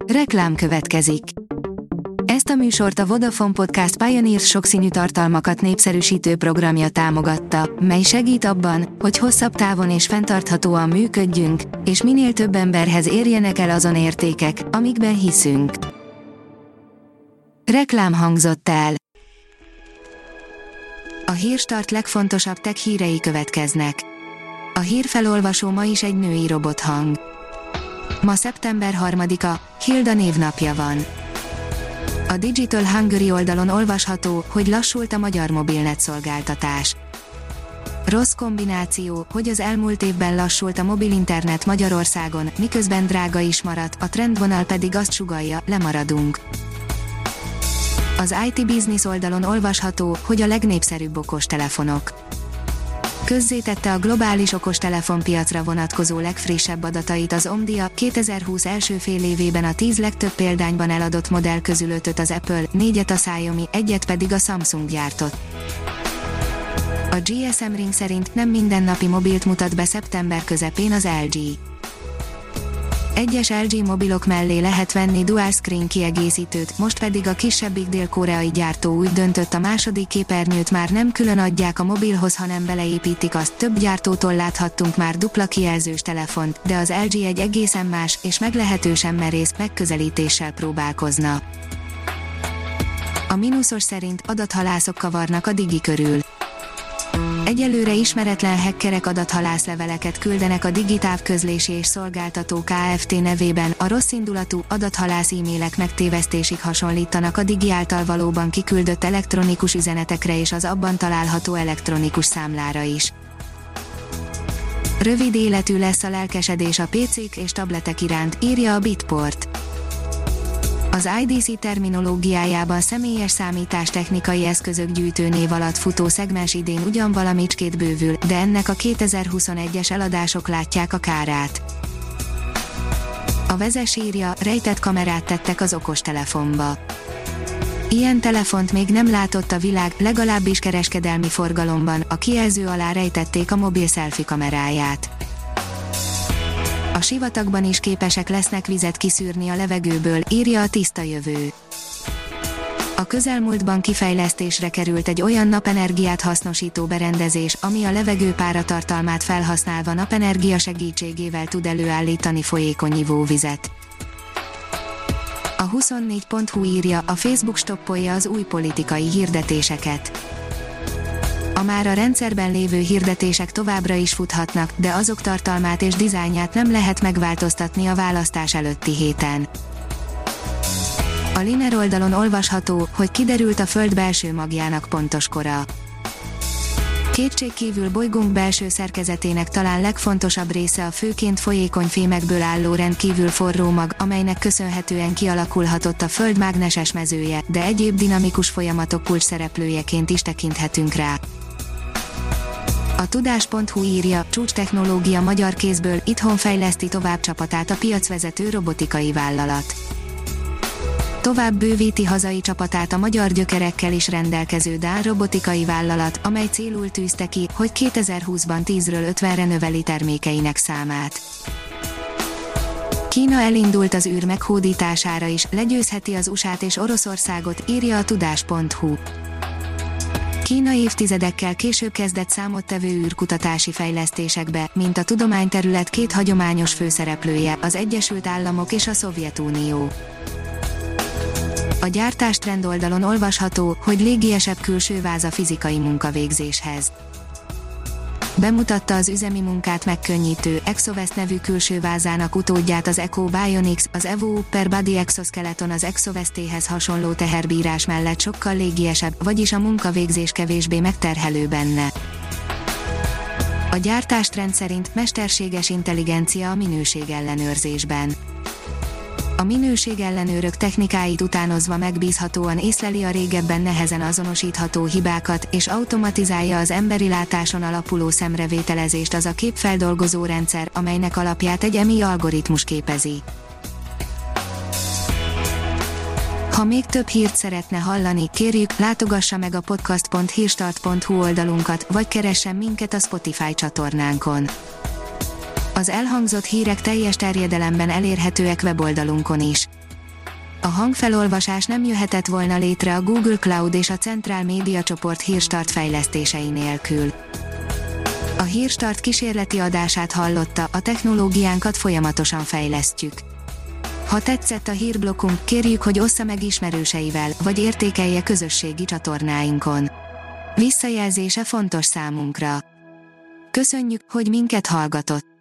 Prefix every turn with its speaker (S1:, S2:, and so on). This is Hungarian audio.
S1: Reklám következik. Ezt a műsort a Vodafone Podcast Pioneers sokszínű tartalmakat népszerűsítő programja támogatta, mely segít abban, hogy hosszabb távon és fenntarthatóan működjünk, és minél több emberhez érjenek el azon értékek, amikben hiszünk. Reklám hangzott el. A Hírstart legfontosabb tech hírei következnek. A hírfelolvasó ma is egy női robothang. Ma szeptember 3-a, Hilda névnapja van. A Digital Hungary oldalon olvasható, hogy lassult a magyar mobilnet szolgáltatás. Rossz kombináció, hogy az elmúlt évben lassult a mobilinternet Magyarországon, miközben drága is maradt, a trendvonal pedig azt sugallja, lemaradunk. Az IT Business oldalon olvasható, hogy a legnépszerűbb okostelefonok. Közzétette a globális okostelefonpiacra vonatkozó legfrissebb adatait az Omdia, 2020 első fél évében a 10 legtöbb példányban eladott modell közül 5-öt az Apple, 4-et a Xiaomi, 1-et pedig a Samsung gyártott. A GSM Ring szerint nem mindennapi mobilt mutat be szeptember közepén az LG. Egyes LG mobilok mellé lehet venni dual screen kiegészítőt, most pedig a kisebbik dél-koreai gyártó úgy döntött, a második képernyőt már nem külön adják a mobilhoz, hanem beleépítik azt. Több gyártótól láthattunk már dupla kijelzős telefont, de az LG egy egészen más és meglehetősen merész megközelítéssel próbálkozna. A mínuszos szerint adathalászok kavarnak a Digi körül. Egyelőre ismeretlen hackerek adathalászleveleket küldenek a Digi távközlési és szolgáltató Kft. Nevében, a rosszindulatú, adathalász e-mailek megtévesztésig hasonlítanak a Digi által valóban kiküldött elektronikus üzenetekre és az abban található elektronikus számlára is. Rövid életű lesz a lelkesedés a PC-k és tabletek iránt, írja a Bitport. Az IDC terminológiájában személyes számítástechnikai eszközök gyűjtőnév alatt futó szegmens idén ugyan valamicskét bővül, de ennek a 2021-es eladások látják a kárát. A Vezes írja, rejtett kamerát tettek az okostelefonba. Ilyen telefont még nem látott a világ, legalábbis kereskedelmi forgalomban, a kijelző alá rejtették a mobil selfie kameráját. A sivatagban is képesek lesznek vizet kiszűrni a levegőből, írja a Tiszta Jövő. A közelmúltban kifejlesztésre került egy olyan napenergiát hasznosító berendezés, ami a levegő páratartalmát felhasználva napenergia segítségével tud előállítani folyékony ivóvizet. A 24.hu írja, a Facebook stoppolja az új politikai hirdetéseket. A már a rendszerben lévő hirdetések továbbra is futhatnak, de azok tartalmát és dizájnját nem lehet megváltoztatni a választás előtti héten. A Liner oldalon olvasható, hogy kiderült a Föld belső magjának pontos kora. Kétségkívül bolygónk belső szerkezetének talán legfontosabb része a főként folyékony fémekből álló rendkívül forró mag, amelynek köszönhetően kialakulhatott a Föld mágneses mezője, de egyéb dinamikus folyamatok kulcsszereplőjeként is tekinthetünk rá. A Tudás.hu írja, csúcstechnológia magyar kézből, itthon fejleszti tovább csapatát a piacvezető robotikai vállalat. Tovább bővíti hazai csapatát a magyar gyökerekkel is rendelkező dán robotikai vállalat, amely célul tűzte ki, hogy 2020-ban 10-ről 50-re növeli termékeinek számát. Kína elindult az űr meghódítására is, legyőzheti az USA-t és Oroszországot, írja a Tudás.hu. Kína évtizedekkel később kezdett számottevő űrkutatási fejlesztésekbe, mint a tudományterület két hagyományos főszereplője, az Egyesült Államok és a Szovjetunió. A gyártástrend oldalon olvasható, hogy légiesebb külső váz a fizikai munkavégzéshez. Bemutatta az üzemi munkát megkönnyítő, Exovest nevű külső vázának utódját az Eco Bionics, az Evo Upper Body Exoskeleton az Exovestéhez hasonló teherbírás mellett sokkal légiesebb, vagyis a munkavégzés kevésbé megterhelő benne. A gyártástrend szerint mesterséges intelligencia a minőségellenőrzésben. A minőségellenőrök technikáit utánozva megbízhatóan észleli a régebben nehezen azonosítható hibákat, és automatizálja az emberi látáson alapuló szemrevételezést az a képfeldolgozó rendszer, amelynek alapját egy EMI algoritmus képezi. Ha még több hírt szeretne hallani, kérjük, látogassa meg a podcast.hírstart.hu oldalunkat, vagy keressen minket a Spotify csatornánkon. Az elhangzott hírek teljes terjedelemben elérhetőek weboldalunkon is. A hangfelolvasás nem jöhetett volna létre a Google Cloud és a Central Media csoport Hírstart fejlesztései nélkül. A Hírstart kísérleti adását hallotta, a technológiánkat folyamatosan fejlesztjük. Ha tetszett a hírblokkunk, kérjük, hogy ossza meg ismerőseivel, vagy értékelje közösségi csatornáinkon. Visszajelzése fontos számunkra. Köszönjük, hogy minket hallgatott!